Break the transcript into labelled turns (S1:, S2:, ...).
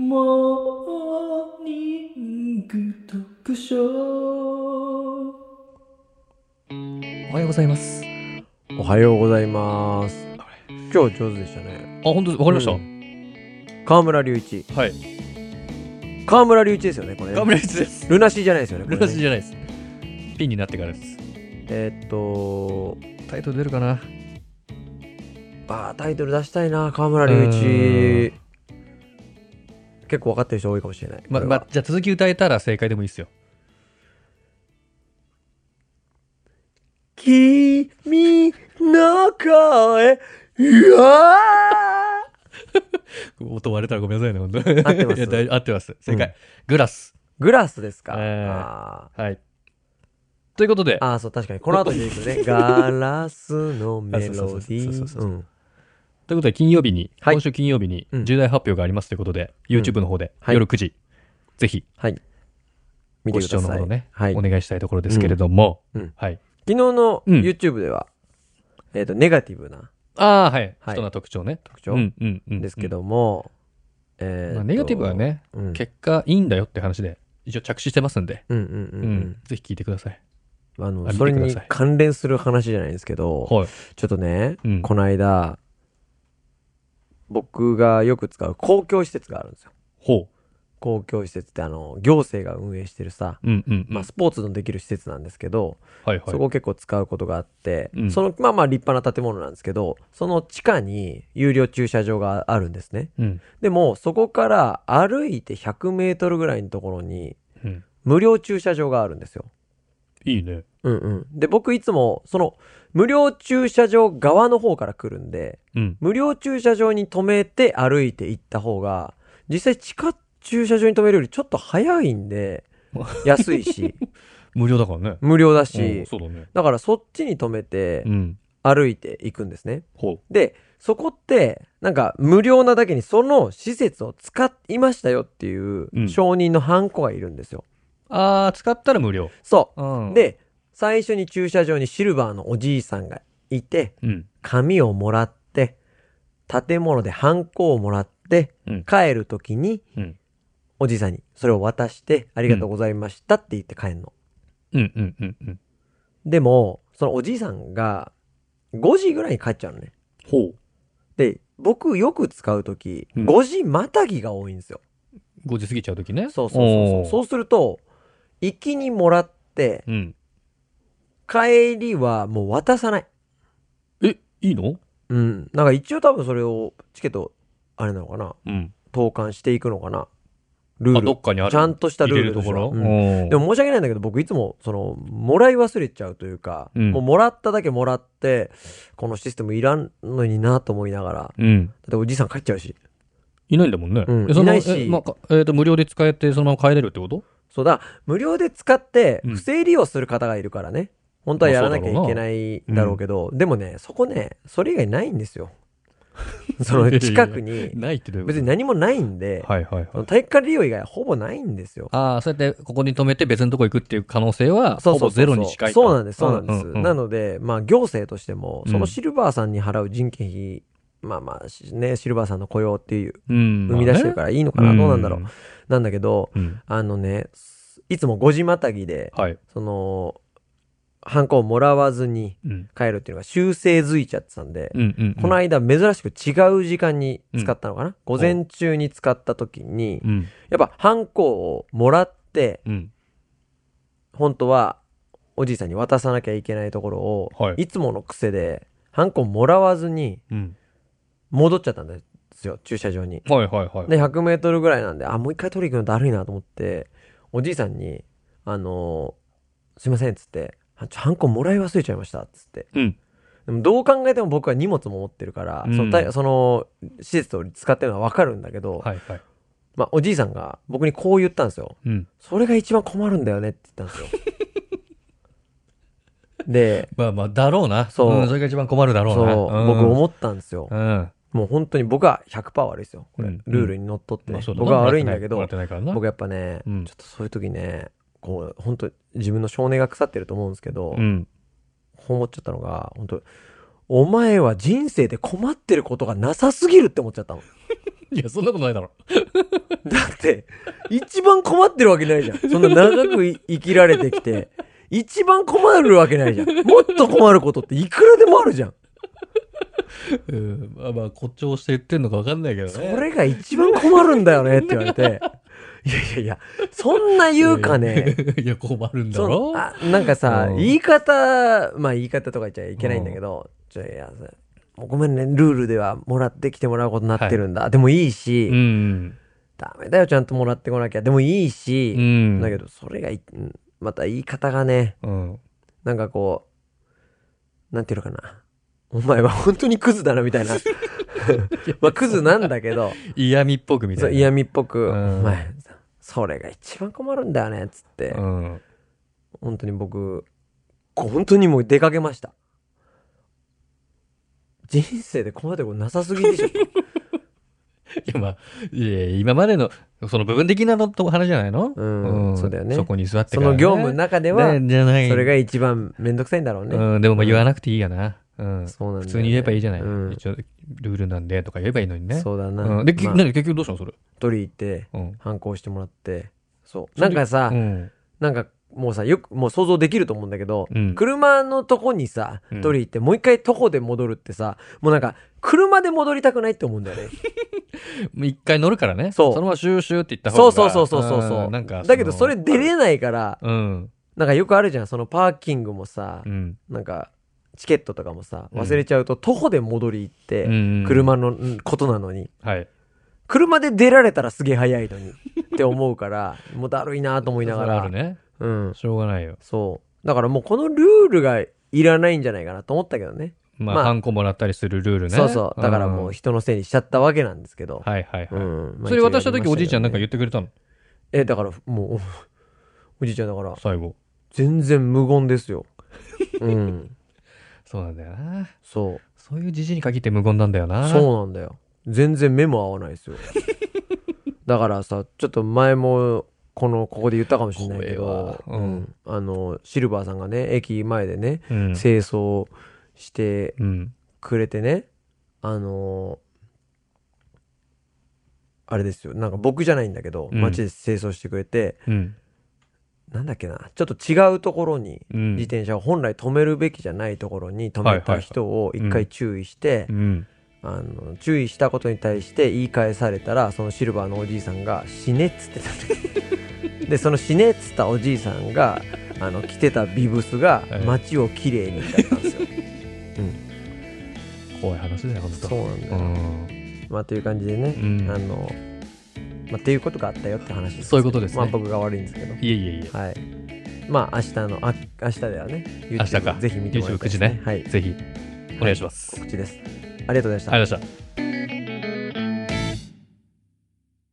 S1: モーニング読書。
S2: おはようございます。
S3: おはようございます。今日上手でしたね。
S2: あ、本当です。わかりました、
S3: 河村隆一。
S2: はい。
S3: 河村隆一ですよね、これね。
S2: 河村隆一です。
S3: ルナシーじゃないですよね、これね。
S2: ルナシーじゃないです。ピンになってからです。タイトル出るかな。
S3: タイトル出したいな、河村隆一。結構分かってる人多いかもしれない。
S2: じゃあ続き歌えたら正解でもいいですよ。
S3: 君の声、うわ
S2: 音割れたらごめんなさいね、本当に。
S3: 合ってます
S2: いや合ってます。正解。グラス。
S3: グラスですか。
S2: はい。ということで。
S3: そう、確かに。この後出てくるね。ガラスのメロディー。
S2: ということで、金曜日に、
S3: はい
S2: 今週金曜日に重大発表がありますということで、YouTube の方で、
S3: はい
S2: 夜9時、ぜひ、
S3: 見てください。
S2: ご視聴のほどね、
S3: はい。
S2: お願いしたいところですけれども、はい。
S3: 昨日の YouTube では、ネガティブな。
S2: はい。人の特徴ね。
S3: 特徴ですけども、
S2: ネガティブはね、結果いいんだよって話で、一応着手してますんで、ぜひ聞いてください。
S3: それに関連する話じゃないんですけど、ちょっとね、この間、僕がよく使う公共施設があるんですよ。公共施設って行政が運営してるさ、スポーツのできる施設なんですけど、そこを結構使うことがあって、その立派な建物なんですけど、その地下に有料駐車場があるんですね。でもそこから歩いて100メートルぐらいのところに無料駐車場があるんですよ。
S2: いいね。
S3: で、僕いつもその無料駐車場側の方から来るんで、無料駐車場に止めて歩いて行った方が、実際地下駐車場に止めるよりちょっと早いんで、安いし。
S2: 無料だからね。
S3: 無料だし、
S2: そうだね。
S3: だからそっちに止めて、歩いていくんですね。で、そこって、なんか無料なだけにその施設を使いましたよっていう承認のハンコがいるんですよ。
S2: 使ったら無料。
S3: そう。で、最初に駐車場にシルバーのおじいさんがいて、紙をもらって、建物でハンコをもらって、帰るときに、おじいさんにそれを渡して、ありがとうございましたって言って帰るの。でも、そのおじいさんが5時ぐらいに帰っちゃうのね。で、僕よく使うとき、5時またぎが多いんですよ。
S2: 5時過ぎちゃうときね。
S3: そう。そうすると、行きにもらって、帰りはもう渡さない。
S2: いいの？
S3: なんか一応多分それをチケット、あれなのかな、投函していくのかな、ルール。
S2: どっかにある。
S3: ちゃんとしたルールでしょ。でも申し訳ないんだけど、僕いつも、もらい忘れちゃうというか、もうもらっただけもらって、このシステムいらんのになと思いながら、だっておじいさん帰っちゃうし。
S2: いないんだもんね。
S3: いないし。
S2: 無料で使えてそのまま帰れるってこと？
S3: そうだ、無料で使って、不正利用する方がいるからね。本当はやらなきゃいけないんだろうけど、でもね、そこね、それ以外ないんですよ。その近くに、別に何もないんで、体育館利用以外はほぼないんですよ。
S2: そうやってここに止めて別のとこ行くっていう可能性は、ほぼゼロに近い。
S3: そうなんです。なので、行政としても、そのシルバーさんに払う人件費、ね、シルバーさんの雇用っていう、生み出してるからいいのかな、どうなんだろう。なんだけど、いつも5時またぎで、ハンコをもらわずに帰るっていうのが修正づいちゃってたんで、この間珍しく違う時間に使ったのかな、午前中に使った時に、やっぱハンコをもらって、本当はおじいさんに渡さなきゃいけないところを、いつもの癖でハンコもらわずに戻っちゃったんですよ、駐車場に。で、100メートルぐらいなんで、もう一回取り行くのだるいなと思って、おじいさんに、すいませんっつって、ハンコもらい忘れちゃいましたっつって。でもどう考えても僕は荷物も持ってるから、その施設を使ってるのは分かるんだけど、おじいさんが僕にこう言ったんですよ。それが一番困るんだよねって言ったんですよ。で、
S2: だろうな。それが一番困るだろうな。
S3: 僕思ったんですよ。もう本当に僕は 100% 悪いですよ。これ、ルールにのっとって。僕は悪いんだけど、僕やっぱね、ちょっとそういう時ね、こう本当自分の性根が腐ってると思うんですけど、思っちゃったのが、本当お前は人生で困ってることがなさすぎるって思っちゃったの。
S2: いや、そんなことないだろ。
S3: だって、一番困ってるわけないじゃん。そんな長く生きられてきて、一番困るわけないじゃん。もっと困ることっていくらでもあるじゃん。
S2: まあまあ、誇張して言ってんのか分かんないけどね。
S3: それが一番困るんだよねって言われて。そんな言うかね。
S2: いや、困るんだろ。
S3: なんかさ、言い方とか言っちゃいけないんだけど、ごめんね、ルールではもらってきてもらうことになってるんだ。でもいいし、ダメだよ、ちゃんともらってこなきゃ。でもいいし、だけど、それが、また言い方がね、なんかこう、なんていうのかな。お前は本当にクズだな、みたいな。まあ、クズなんだけど。
S2: 嫌味っぽくみたいな。
S3: そう、嫌味っぽく。お前、それが一番困るんだよね、つって。本当に僕、本当にもう出かけました。人生で困ることなさすぎでしょ。い
S2: や、まあ、今までの、その部分的なのと話じゃないの？
S3: そうだよね。
S2: そこに座ってから、
S3: その業務の中では、それが一番めんどくさいんだろうね。
S2: でもまあ言わなくていいやな。
S3: そうなんだ。
S2: 普通に言えばいいじゃない。一応、ルールなんでとか言えばいいのにね。
S3: そうだな。
S2: で、結局どうしたのそれ。
S3: 取り行って、反抗してもらって。そう。なんかさ、なんか、もうさ、もう想像できると思うんだけど、車のとこにさ、取り行って、もう一回徒歩で戻るってさ、もうなんか、車で戻りたくないって思うんだよね。
S2: 一回乗るからね。
S3: そう。
S2: そのままシューシューって言った方が。
S3: そう。なんかだけど、それ出れないから、なんかよくあるじゃん。そのパーキングもさ、なんか、チケットとかもさ、忘れちゃうと、徒歩で戻り行って、車のことなのに。車で出られたらすげえ早いのにって思うから、もうだるいなと思いながら。
S2: あるね。しょうがないよ。
S3: そう。だからもうこのルールがいらないんじゃないかなと思ったけどね。
S2: まあ、ハンコもらったりするルールね。
S3: そう。だからもう人のせいにしちゃったわけなんですけど。
S2: それ渡した時おじいちゃんなんか言ってくれたの？
S3: だからもう、おじいちゃんだから。
S2: 最後。
S3: 全然無言ですよ。
S2: そうなんだよな。
S3: そう。
S2: そういうじじいに限って無言なんだよな。
S3: そうなんだよ。全然目も合わないですよ。だからさ、ちょっと前も、ここで言ったかもしれないけど、シルバーさんがね、駅前でね、清掃してくれてね、あれですよ、なんか僕じゃないんだけど、街で清掃してくれて、なんだっけな、ちょっと違うところに、自転車を本来止めるべきじゃないところに止めた人を一回注意して、注意したことに対して言い返されたら、そのシルバーのおじいさんが死ねっつってたで、その死ねっつったおじいさんが着てたビブスが街をきれいにしちゃったんですよ。
S2: 怖い話だよ、本当。
S3: そうなんだよ。まあという感じでね、っていうことがあったよって話です。
S2: そういうことですね。
S3: まあ僕が悪いんですけど。
S2: いえ。
S3: はい。まあ明日ではね、
S2: 明日か。
S3: ぜひ見てもらって、
S2: YouTube9時ね。はい。ぜひお願いします。
S3: 告知です。ありがとうございました。
S2: ありがとうございました。